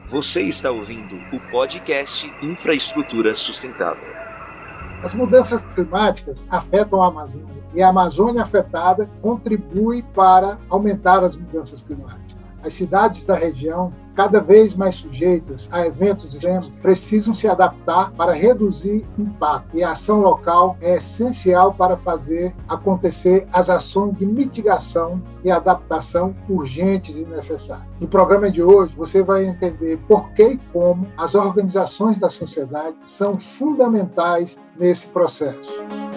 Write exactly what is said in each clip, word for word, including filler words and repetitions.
Você está ouvindo o podcast Infraestrutura Sustentável. As mudanças climáticas afetam a Amazônia e a Amazônia afetada contribui para aumentar as mudanças climáticas. As cidades da região, cada vez mais sujeitas a eventos extremos, precisam se adaptar para reduzir impacto. E a ação local é essencial para fazer acontecer as ações de mitigação e adaptação urgentes e necessárias. No programa de hoje, você vai entender por que e como as organizações da sociedade são fundamentais nesse processo.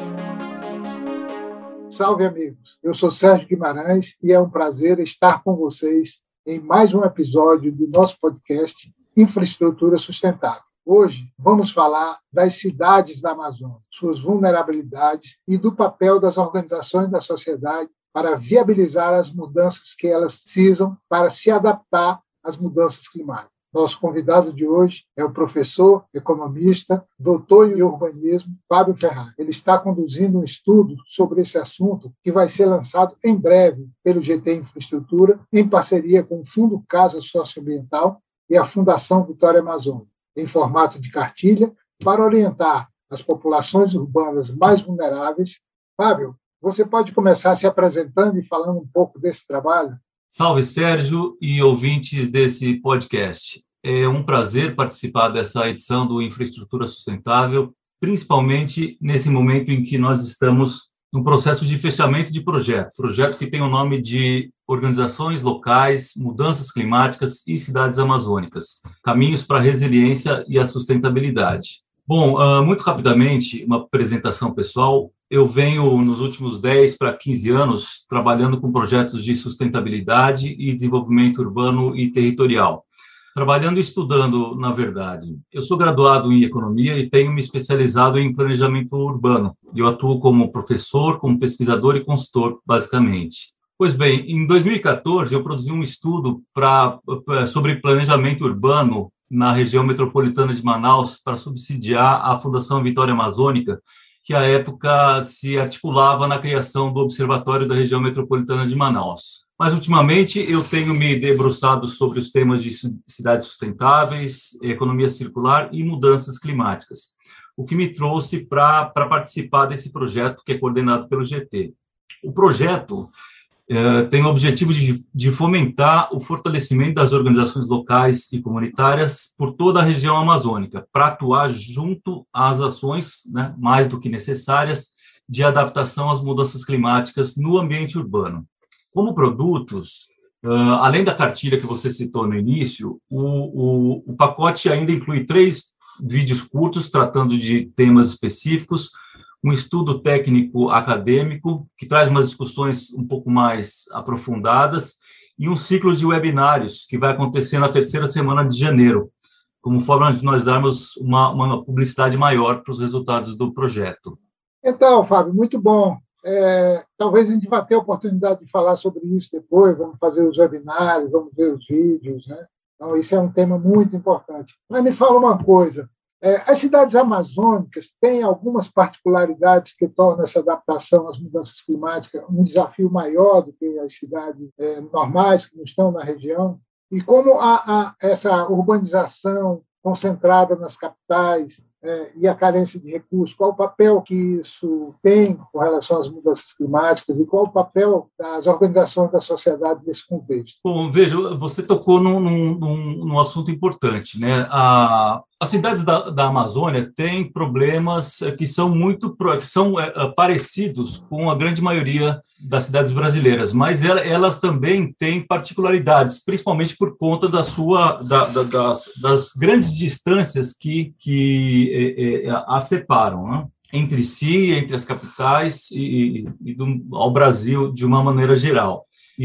Salve, amigos! Eu sou Sérgio Guimarães e é um prazer estar com vocês em mais um episódio do nosso podcast Infraestrutura Sustentável. Hoje vamos falar das cidades da Amazônia, suas vulnerabilidades e do papel das organizações da sociedade para viabilizar as mudanças que elas precisam para se adaptar às mudanças climáticas. Nosso convidado de hoje é o professor, economista, doutor em urbanismo, Fábio Ferrari. Ele está conduzindo um estudo sobre esse assunto que vai ser lançado em breve pelo G T Infraestrutura, em parceria com o Fundo Casa Socioambiental e a Fundação Vitória Amazônia, em formato de cartilha, para orientar as populações urbanas mais vulneráveis. Fábio, você pode começar se apresentando e falando um pouco desse trabalho? Salve, Sérgio e ouvintes desse podcast. É um prazer participar dessa edição do Infraestrutura Sustentável, principalmente nesse momento em que nós estamos no processo de fechamento de projeto, projeto que tem o nome de Organizações Locais, Mudanças Climáticas e Cidades Amazônicas, Caminhos para a Resiliência e a Sustentabilidade. Bom, muito rapidamente, uma apresentação pessoal. Eu venho, nos últimos dez para quinze anos, trabalhando com projetos de sustentabilidade e desenvolvimento urbano e territorial. Trabalhando e estudando, na verdade. Eu sou graduado em economia e tenho me especializado em planejamento urbano. Eu atuo como professor, como pesquisador e consultor, basicamente. Pois bem, em dois mil e quatorze, eu produzi um estudo pra, sobre planejamento urbano na região metropolitana de Manaus para subsidiar a Fundação Vitória Amazônica, que à época se articulava na criação do Observatório da Região Metropolitana de Manaus. Mas, ultimamente, eu tenho me debruçado sobre os temas de cidades sustentáveis, economia circular e mudanças climáticas, o que me trouxe para participar desse projeto que é coordenado pelo G T. O projeto eh, tem o objetivo de, de fomentar o fortalecimento das organizações locais e comunitárias por toda a região amazônica, para atuar junto às ações, né, mais do que necessárias, de adaptação às mudanças climáticas no ambiente urbano. Como produtos, uh, além da cartilha que você citou no início, o, o, o pacote ainda inclui três vídeos curtos tratando de temas específicos, um estudo técnico acadêmico, que traz umas discussões um pouco mais aprofundadas, e um ciclo de webinários que vai acontecer na terceira semana de janeiro, como forma de nós darmos uma, uma publicidade maior para os resultados do projeto. Então, Fábio, muito bom. É, talvez a gente vá ter a oportunidade de falar sobre isso depois, vamos fazer os webinários, vamos ver os vídeos, né? Então, isso é um tema muito importante. Mas me fala uma coisa, é, as cidades amazônicas têm algumas particularidades que tornam essa adaptação às mudanças climáticas um desafio maior do que as cidades é, normais que não estão na região? E como a, a, essa urbanização concentrada nas capitais é, e a carência de recursos, qual o papel que isso tem com relação às mudanças climáticas e qual o papel das organizações da sociedade nesse contexto? Bom, veja, você tocou num, num, num assunto importante, né? A, as cidades da, da Amazônia têm problemas que são muito que são é, parecidos com a grande maioria das cidades brasileiras, mas elas também têm particularidades, principalmente por conta da sua da, da, das, das grandes distâncias que que é, é, as separam, né? Entre si, entre as capitais e, e do, ao Brasil de uma maneira geral.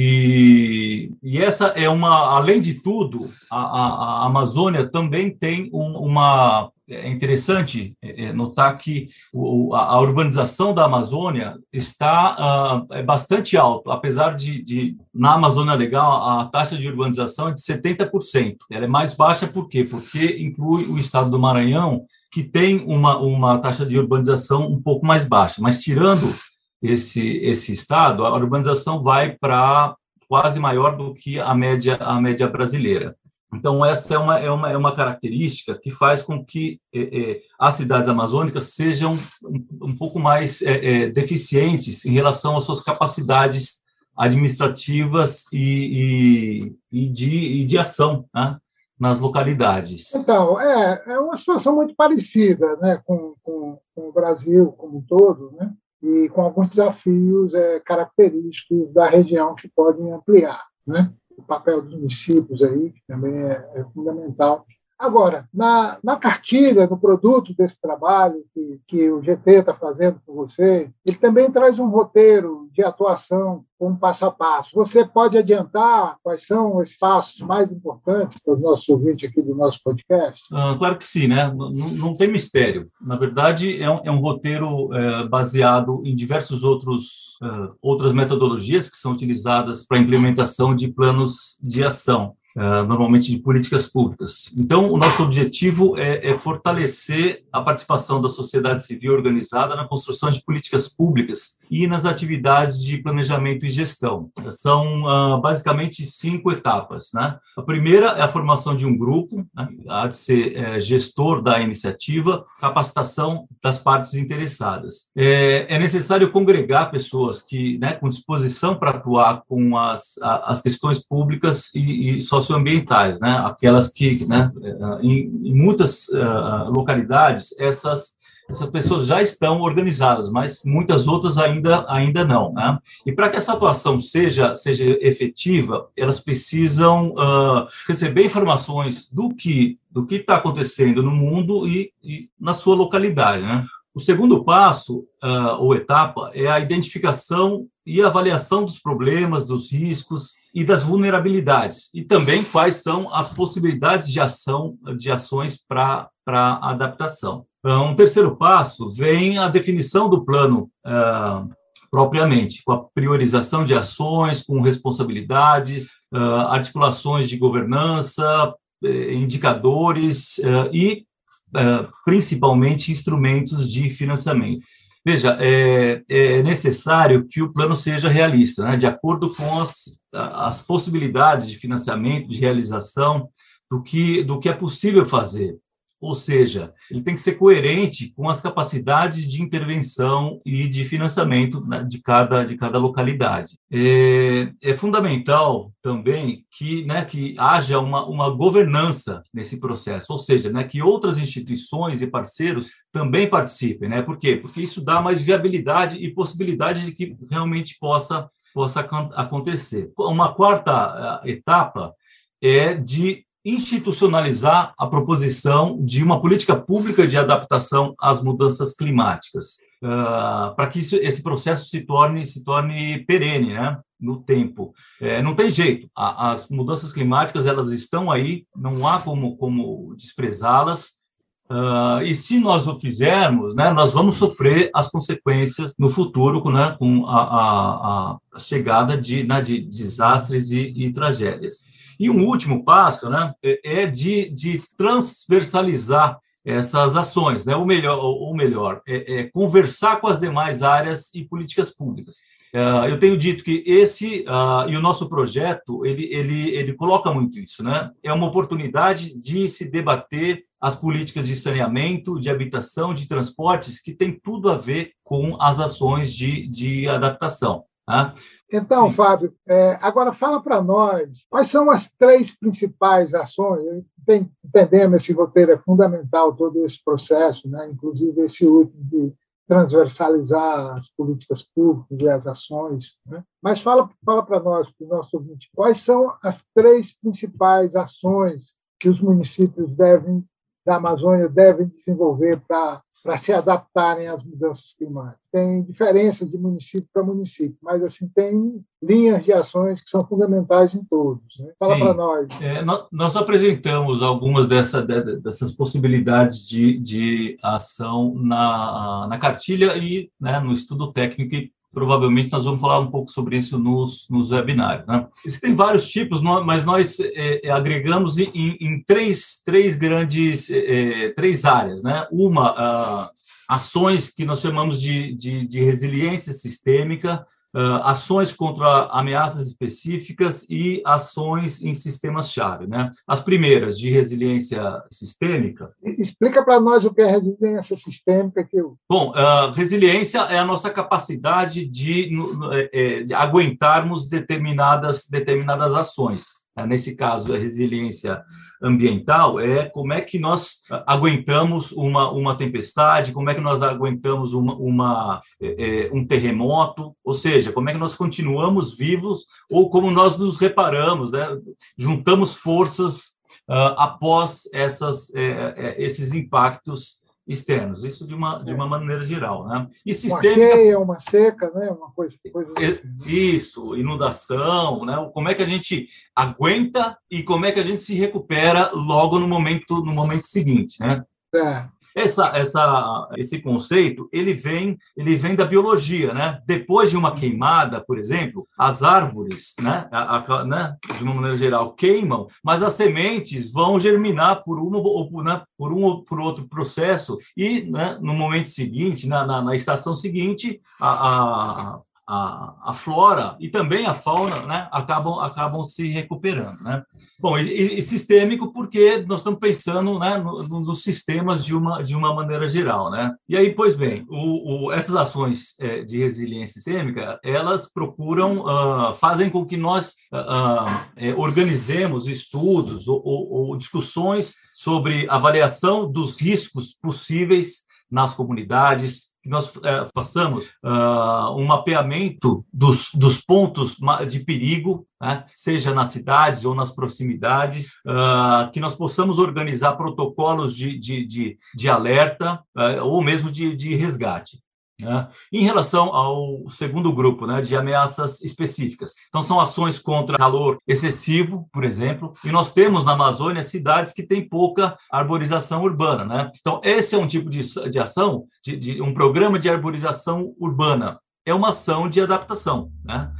E, e essa é uma, além de tudo, a, a, a Amazônia também tem um, uma, é interessante notar que o, a, a urbanização da Amazônia está uh, é bastante alta, apesar de, de, na Amazônia Legal, a taxa de urbanização é de setenta por cento. Ela é mais baixa por quê? Porque inclui o estado do Maranhão, que tem uma, uma taxa de urbanização um pouco mais baixa, mas tirando esse, esse estado, a urbanização vai para quase maior do que a média, a média brasileira. Então, essa é uma, é uma, é uma característica que faz com que é, é, as cidades amazônicas sejam um, um pouco mais é, é, deficientes em relação às suas capacidades administrativas e, e, e, de, e de ação, né, nas localidades. Então, é, é uma situação muito parecida, né, com, com, com o Brasil como um todo, né, e com alguns desafios é, característicos da região que podem ampliar, né? O papel dos municípios aí, que também é, é fundamental. Agora, na, na cartilha, no produto desse trabalho que, que o G T está fazendo com você, ele também traz um roteiro de atuação com passo a passo. Você pode adiantar quais são os passos mais importantes para os nossos ouvintes aqui do nosso podcast? Ah, claro que sim, né? Não, não tem mistério. Na verdade, é um, é um roteiro é, baseado em diversos outros uh, outras metodologias que são utilizadas para a implementação de planos de ação. Uh, normalmente de políticas públicas. Então, o nosso objetivo é, é fortalecer a participação da sociedade civil organizada na construção de políticas públicas e nas atividades de planejamento e gestão. São, uh, basicamente, cinco etapas, né? A primeira é a formação de um grupo, né? Há de ser é, gestor da iniciativa, capacitação das partes interessadas. É, é necessário congregar pessoas que, né, com disposição para atuar com as, a, as questões públicas e, e socioambientais, né? Aquelas que, né, em, em muitas uh, localidades, essas, essas pessoas já estão organizadas, mas muitas outras ainda, ainda não, né? E para que essa atuação seja, seja efetiva, elas precisam uh, receber informações do que do que está acontecendo no mundo e, e na sua localidade, né? O segundo passo, uh, ou etapa, é a identificação e avaliação dos problemas, dos riscos e das vulnerabilidades, e também quais são as possibilidades de ação, de ações para para adaptação. Um terceiro passo vem a definição do plano uh, propriamente, com a priorização de ações, com responsabilidades, uh, articulações de governança, indicadores uh, e Uh, principalmente instrumentos de financiamento. Veja, é, é necessário que o plano seja realista, né, de acordo com as, as possibilidades de financiamento, de realização, do que, do que é possível fazer. Ou seja, ele tem que ser coerente com as capacidades de intervenção e de financiamento, né, de, cada, de cada localidade. É, é fundamental também que, né, que haja uma, uma governança nesse processo, ou seja, né, que outras instituições e parceiros também participem. Né? Por quê? Porque isso dá mais viabilidade e possibilidade de que realmente possa, possa acontecer. Uma quarta etapa é de institucionalizar a proposição de uma política pública de adaptação às mudanças climáticas, uh, para que isso, esse processo se torne, se torne perene, né, no tempo. É, não tem jeito, a, as mudanças climáticas elas estão aí, não há como, como desprezá-las, uh, e se nós o fizermos, né, nós vamos sofrer as consequências no futuro, né, com a, a, a chegada de, né, de desastres e, e tragédias. E um último passo, né, é de, de transversalizar essas ações, né? Ou melhor, ou melhor é, é conversar com as demais áreas e políticas públicas. Uh, eu tenho dito que esse uh, e o nosso projeto ele, ele, ele coloca muito isso, né? É uma oportunidade de se debater as políticas de saneamento, de habitação, de transportes, que tem tudo a ver com as ações de, de adaptação. Tá? Então, Sim. Fábio, é, agora fala para nós quais são as três principais ações. Entendemos, esse roteiro é fundamental, todo esse processo, né? Inclusive esse último de transversalizar as políticas públicas e as ações. Né? Mas fala, fala para nós, para o nosso ouvinte, quais são as três principais ações que os municípios devem da Amazônia devem desenvolver para se adaptarem às mudanças climáticas. Tem diferenças de município para município, mas assim tem linhas de ações que são fundamentais em todos. Né? Fala para nós. É, nós. Nós apresentamos algumas dessa, dessas possibilidades de, de ação na, na cartilha e, né, no estudo técnico, e provavelmente nós vamos falar um pouco sobre isso nos, nos webinários. Né? Existem vários tipos, mas nós é, agregamos em, em três, três grandes é, três áreas. Né? Uma, ah, ações que nós chamamos de, de, de resiliência sistêmica, uh, ações contra ameaças específicas e ações em sistemas-chave, né? As primeiras, de resiliência sistêmica. Explica para nós o que é resiliência sistêmica. Que eu... Bom, uh, resiliência é a nossa capacidade de, de, de aguentarmos determinadas, determinadas ações. Nesse caso, a resiliência ambiental é como é que nós aguentamos uma, uma tempestade, como é que nós aguentamos uma, uma, é, um terremoto, ou seja, como é que nós continuamos vivos ou como nós nos reparamos, né? Juntamos forças uh, após essas, é, é, esses impactos externos, isso de uma, de uma maneira geral, né? E sistêmica, uma cheia, uma seca, né? Uma coisa, coisa assim. Isso, inundação, né? Como é que a gente aguenta e como é que a gente se recupera logo no momento, no momento seguinte, né? É. Essa, essa, esse conceito, ele vem, ele vem da biologia, né? Depois de uma queimada, por exemplo, as árvores, né? A, a, né? De uma maneira geral, queimam, mas as sementes vão germinar por, uma, ou, né? por um ou por outro processo e, né? No momento seguinte, na, na, na estação seguinte, a, a A, a flora e também a fauna, né, acabam, acabam se recuperando, né? Bom, e, e sistêmico porque nós estamos pensando, né, no, nos sistemas de uma, de uma maneira geral, né? E aí, pois bem, o, o, essas ações é, de resiliência sistêmica, elas procuram, uh, fazem com que nós uh, é, organizemos estudos ou, ou, ou discussões sobre avaliação dos riscos possíveis nas comunidades, que nós é, façamos uh, um mapeamento dos, dos pontos de perigo, né, seja nas cidades ou nas proximidades, uh, que nós possamos organizar protocolos de, de, de, de alerta uh, ou mesmo de, de resgate. Né? Em relação ao segundo grupo, né, de ameaças específicas. Então, são ações contra calor excessivo, por exemplo, e nós temos na Amazônia cidades que têm pouca arborização urbana. Né? Então, esse é um tipo de, de ação, de, de um programa de arborização urbana. É uma ação de adaptação. Né?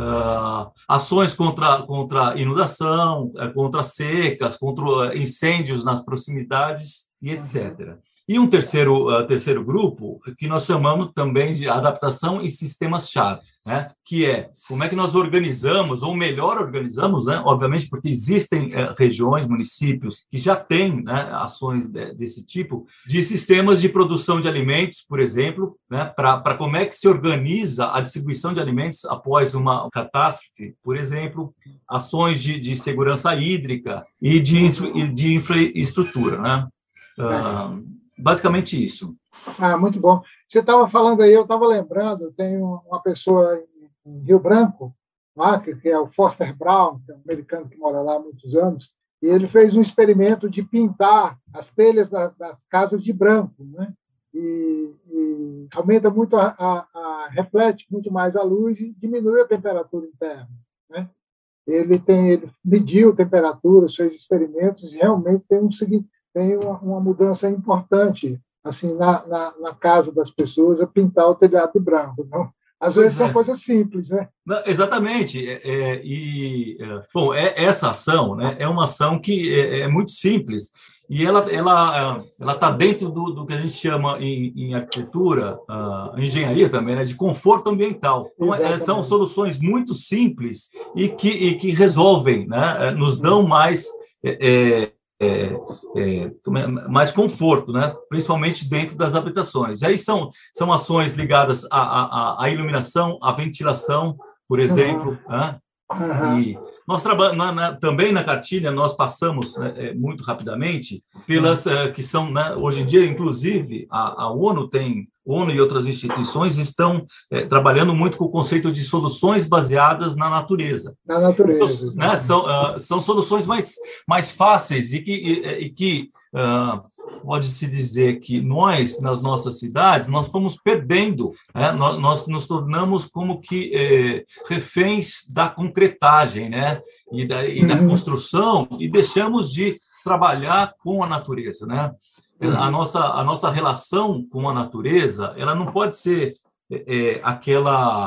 Uh, ações contra, contra inundação, contra secas, contra incêndios nas proximidades e etcétera. E um terceiro, uh, terceiro grupo, que nós chamamos também de adaptação em sistemas-chave, né? Que é como é que nós organizamos, ou melhor organizamos, né? Obviamente, porque existem uh, regiões, municípios, que já têm, né, ações de, desse tipo, de sistemas de produção de alimentos, por exemplo, né, para como é que se organiza a distribuição de alimentos após uma catástrofe, por exemplo, ações de, de segurança hídrica e de, de infraestrutura, né? Uh, Basicamente isso. Ah, muito bom. Você estava falando aí, eu estava lembrando, tem uma pessoa em Rio Branco, lá, que é o Foster Brown, que é um americano que mora lá há muitos anos, e ele fez um experimento de pintar as telhas das, das casas de branco, né? E, e aumenta muito, a, a, a, reflete muito mais a luz e diminui a temperatura interna, né? Ele, tem, ele mediu a temperatura, fez experimentos e realmente tem um seguinte, tem uma, uma mudança importante assim na, na, na casa das pessoas a pintar o telhado de branco. Não? Às pois vezes é. São coisas simples, né? Não, exatamente. É, é, e, é, bom, é, essa ação, né, é uma ação que é, é muito simples e ela ela ela está dentro do, do que a gente chama em, em arquitetura, uh, engenharia também, né, de conforto ambiental. Então, é, são soluções muito simples e que, e que resolvem, né, nos dão mais é, É, é, mais conforto, né? Principalmente dentro das habitações. E aí são, são ações ligadas à, à, à iluminação, à ventilação, por exemplo. Uhum. Né? Uhum. E nós trabalhamos na, na, também na cartilha, nós passamos, né, muito rapidamente pelas uhum. uh, que são, né, hoje em dia, inclusive, a, a ONU tem ONU e outras instituições estão é, trabalhando muito com o conceito de soluções baseadas na natureza. Na natureza. Então, né, são, uh, são soluções mais, mais fáceis e que, e, e que uh, pode-se dizer que nós, nas nossas cidades, nós fomos perdendo, né, nós, nós nos tornamos como que eh, reféns da concretagem, né, e da, e da uhum. construção e deixamos de trabalhar com a natureza, né? A nossa, a nossa relação com a natureza, ela não pode ser é, aquela,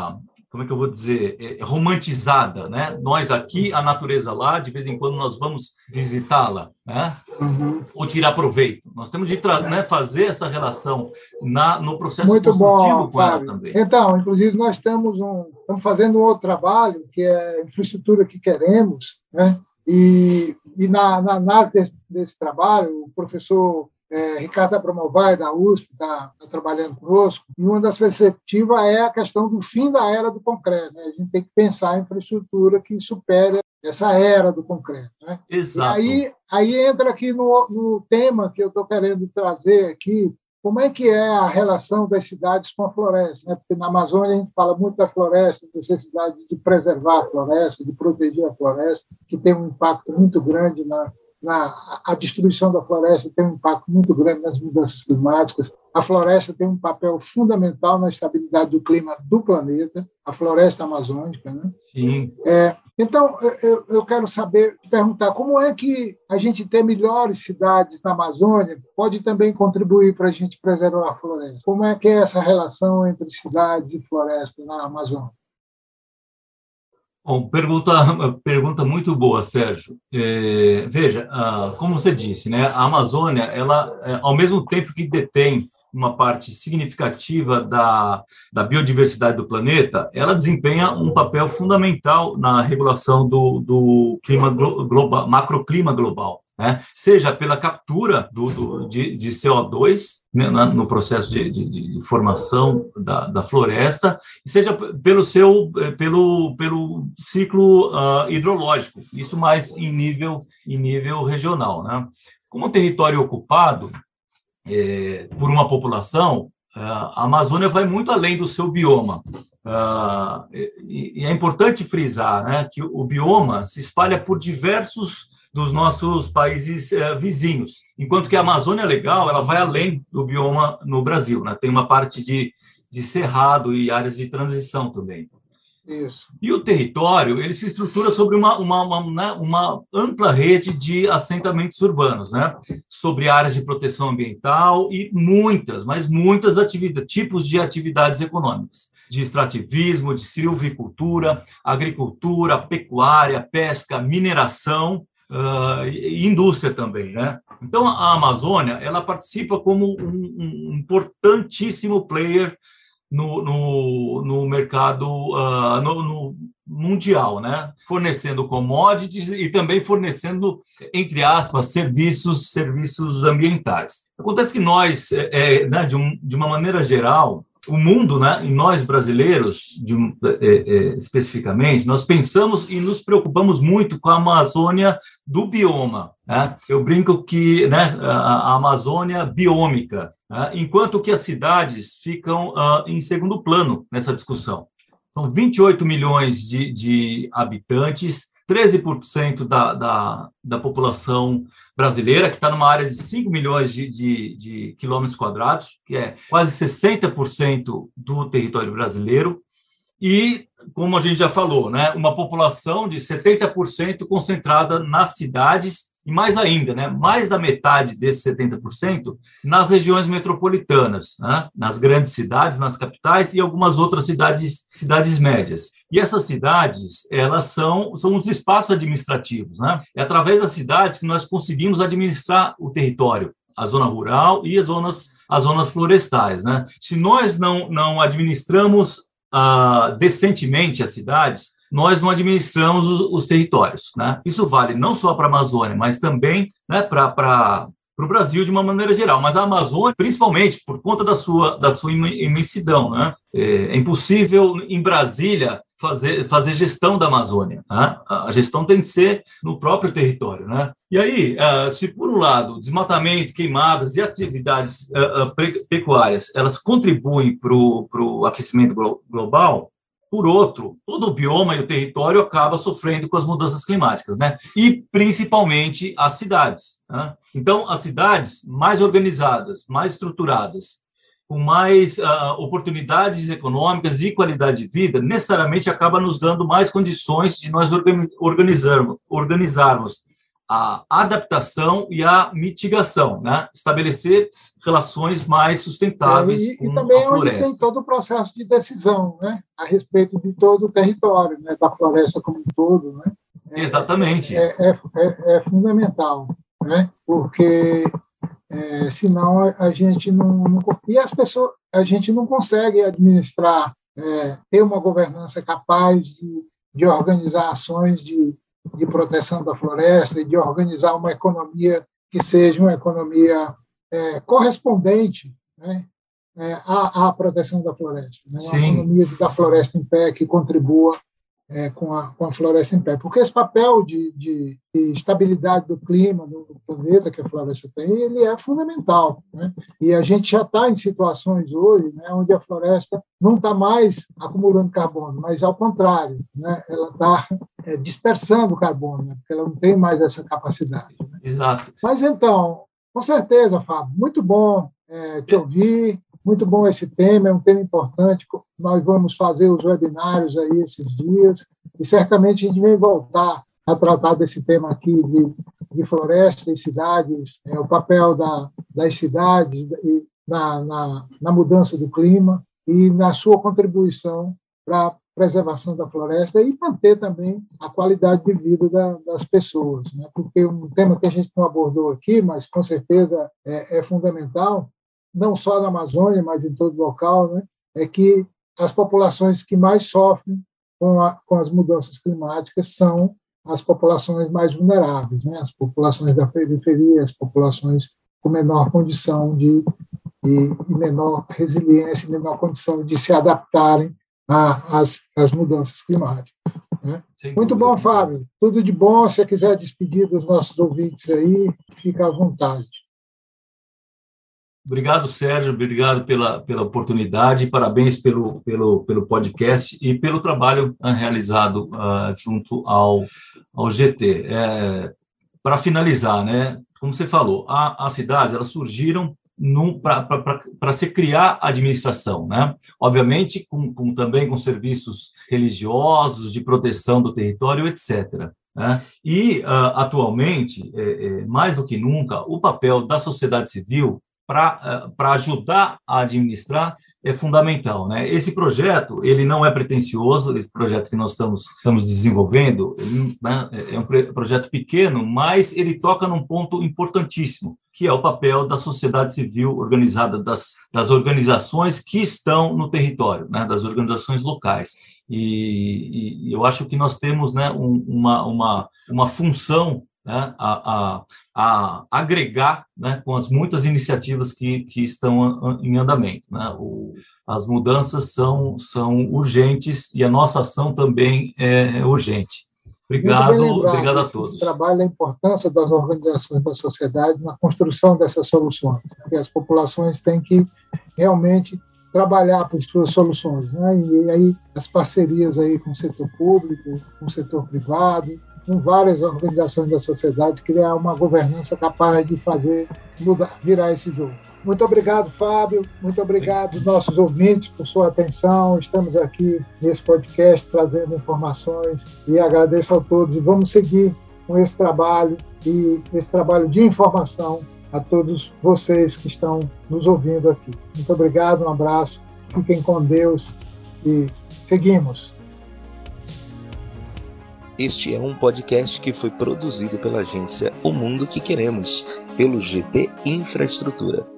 como é que eu vou dizer, é, romantizada, né? Nós aqui, a natureza lá, de vez em quando nós vamos visitá-la, né? Uhum. Ou tirar proveito. Nós temos de tra- é. né, fazer essa relação na, no processo Muito construtivo bom, com Fábio. ela também. Então, inclusive, nós estamos, um, estamos fazendo um outro trabalho, que é a infraestrutura que queremos, né? E, e na, na análise desse, desse trabalho, o professor é, Ricardo Abramovay, da U S P, está tá trabalhando conosco, e uma das perspectivas é a questão do fim da era do concreto, né? A gente tem que pensar em infraestrutura que supere essa era do concreto, né? Exato. E aí, aí entra aqui no, no tema que eu estou querendo trazer aqui, como é que é a relação das cidades com a floresta, né? Porque na Amazônia a gente fala muito da floresta, da necessidade de preservar a floresta, de proteger a floresta, que tem um impacto muito grande na, na a destruição da floresta tem um impacto muito grande nas mudanças climáticas. A floresta tem um papel fundamental na estabilidade do clima do planeta, a floresta amazônica, né? Sim. É, então, eu, eu quero saber, perguntar, como é que a gente ter melhores cidades na Amazônia pode também contribuir para a gente preservar a floresta? Como é que é essa relação entre cidades e floresta na Amazônia? Bom, pergunta, pergunta muito boa, Sérgio. É, veja, ah, como você disse, né, a Amazônia, ela, é, ao mesmo tempo que detém uma parte significativa da, da biodiversidade do planeta, ela desempenha um papel fundamental na regulação do, do clima global, macroclima global, né? Seja pela captura do, do, de, de C O dois, né, no processo de, de, de formação da, da floresta, e seja pelo seu pelo, pelo ciclo uh, hidrológico, isso mais em nível, em nível regional, né? Como um território ocupado é, por uma população, a Amazônia vai muito além do seu bioma. Uh, e, e é importante frisar, né, que o bioma se espalha por diversos dos nossos países uh, vizinhos, enquanto que a Amazônia Legal ela vai além do bioma no Brasil, né? Tem uma parte de, de cerrado e áreas de transição também. Isso. E o território ele se estrutura sobre uma, uma, uma, né, uma ampla rede de assentamentos urbanos, né? Sobre áreas de proteção ambiental e muitas, mas muitas atividades, tipos de atividades econômicas, de extrativismo, de silvicultura, agricultura, pecuária, pesca, mineração, Uh, e indústria também, né? Então, a Amazônia, ela participa como um, um importantíssimo player no, no, no mercado uh, no, no mundial, né? Fornecendo commodities e também fornecendo, entre aspas, serviços, serviços ambientais. Acontece que nós, é, é, né, de, um, de uma maneira geral, o mundo, né, e nós brasileiros, de, é, é, especificamente, nós pensamos e nos preocupamos muito com a Amazônia do bioma, né? Eu brinco que, né, a, a Amazônia biômica, né? Enquanto que as cidades ficam uh, em segundo plano nessa discussão. São vinte e oito milhões de, de habitantes, treze por cento da, da, da população brasileira, que está numa área de cinco milhões de, de, de quilômetros quadrados, que é quase sessenta por cento do território brasileiro, e, como a gente já falou, né, uma população de setenta por cento concentrada nas cidades, e mais ainda, né, mais da metade desses setenta por cento nas regiões metropolitanas, né, nas grandes cidades, nas capitais e algumas outras cidades, cidades médias. E essas cidades, elas são, são os espaços administrativos, né? É através das cidades que nós conseguimos administrar o território, a zona rural e as zonas, as zonas florestais, né? Se nós não, não administramos ah, decentemente as cidades, nós não administramos os, os territórios, né? Isso vale não só para a Amazônia, mas também, né, para para o Brasil de uma maneira geral. Mas a Amazônia, principalmente por conta da sua, da sua imensidão, né? É, é impossível em Brasília fazer, fazer gestão da Amazônia, né? A gestão tem que ser no próprio território, né? E aí, se por um lado, desmatamento, queimadas e atividades pecuárias, elas contribuem para o aquecimento global, por outro, todo o bioma e o território acaba sofrendo com as mudanças climáticas, né? E principalmente as cidades, né? Então, as cidades mais organizadas, mais estruturadas, com mais uh, oportunidades econômicas e qualidade de vida, necessariamente acaba nos dando mais condições de nós organizarmos, organizarmos a adaptação e a mitigação, né? Estabelecer relações mais sustentáveis é, e, com e também a floresta. Onde tem todo o processo de decisão, né? A respeito de todo o território, né? Da floresta como um todo, né? É, Exatamente. É, é, é, é fundamental, né? Porque é, senão a, a gente não, não e as pessoas a gente não consegue administrar, é, ter uma governança capaz de, de organizar ações de, de proteção da floresta e de organizar uma economia que seja uma economia é, correspondente, né? É, à, à proteção da floresta, né? Uma Sim. economia da floresta em pé que contribua É, com, a, com a floresta em pé. Porque esse papel de, de, de estabilidade do clima do planeta que a floresta tem, ele é fundamental, né? E a gente já está em situações hoje, né, onde a floresta não está mais acumulando carbono, mas ao contrário, né, ela está é, dispersando carbono, né, porque ela não tem mais essa capacidade, né? Exato. Mas então, com certeza, Fábio, muito bom é, te ouvir. Muito bom esse tema, é um tema importante. Nós vamos fazer os webinários aí esses dias e certamente a gente vai voltar a tratar desse tema aqui de, de floresta e cidades, é, o papel da, das cidades e na, na, na mudança do clima e na sua contribuição para a preservação da floresta e manter também a qualidade de vida da, das pessoas, né? Porque um tema que a gente não abordou aqui, mas com certeza é, é fundamental, não só na Amazônia, mas em todo local, né, é que as populações que mais sofrem com, a, com as mudanças climáticas são as populações mais vulneráveis, né, as populações da periferia, as populações com menor condição de, de, de menor resiliência, menor condição de se adaptarem às, às mudanças climáticas, né? Muito bom, Fábio. Tudo de bom. Se você quiser despedir dos nossos ouvintes aí, fica à vontade. Obrigado, Sérgio, obrigado pela, pela oportunidade, parabéns pelo, pelo, pelo podcast e pelo trabalho uh, realizado uh, junto ao, ao G T. É, para finalizar, né, como você falou, a, as cidades elas surgiram para se criar administração, né? Obviamente, com, com, também com serviços religiosos, de proteção do território, etcétera. Né? E, uh, atualmente, é, é, mais do que nunca, o papel da sociedade civil para ajudar a administrar é fundamental, né? Esse projeto, ele não é pretensioso, esse projeto que nós estamos, estamos desenvolvendo, ele, né, é um projeto pequeno, mas ele toca num ponto importantíssimo, que é o papel da sociedade civil organizada, das, das organizações que estão no território, né, das organizações locais. E, e eu acho que nós temos, né, um, uma, uma, uma função, né, a, a, a agregar, né, com as muitas iniciativas que, que estão em andamento, né? O, as mudanças são, são urgentes e a nossa ação também é urgente. Obrigado, obrigado a todos. Esse trabalho, a importância das organizações da sociedade na construção dessas soluções, porque as populações têm que realmente trabalhar por suas soluções, né? E aí as parcerias aí com o setor público, com o setor privado, com várias organizações da sociedade, criar uma governança capaz de fazer mudar, virar esse jogo. Muito obrigado, Fábio. Muito obrigado aos nossos ouvintes por sua atenção. Estamos aqui nesse podcast trazendo informações e agradeço a todos. E vamos seguir com esse trabalho e esse trabalho de informação a todos vocês que estão nos ouvindo aqui. Muito obrigado, um abraço, fiquem com Deus e seguimos. Este é um podcast que foi produzido pela agência O Mundo que Queremos, pelo G T Infraestrutura.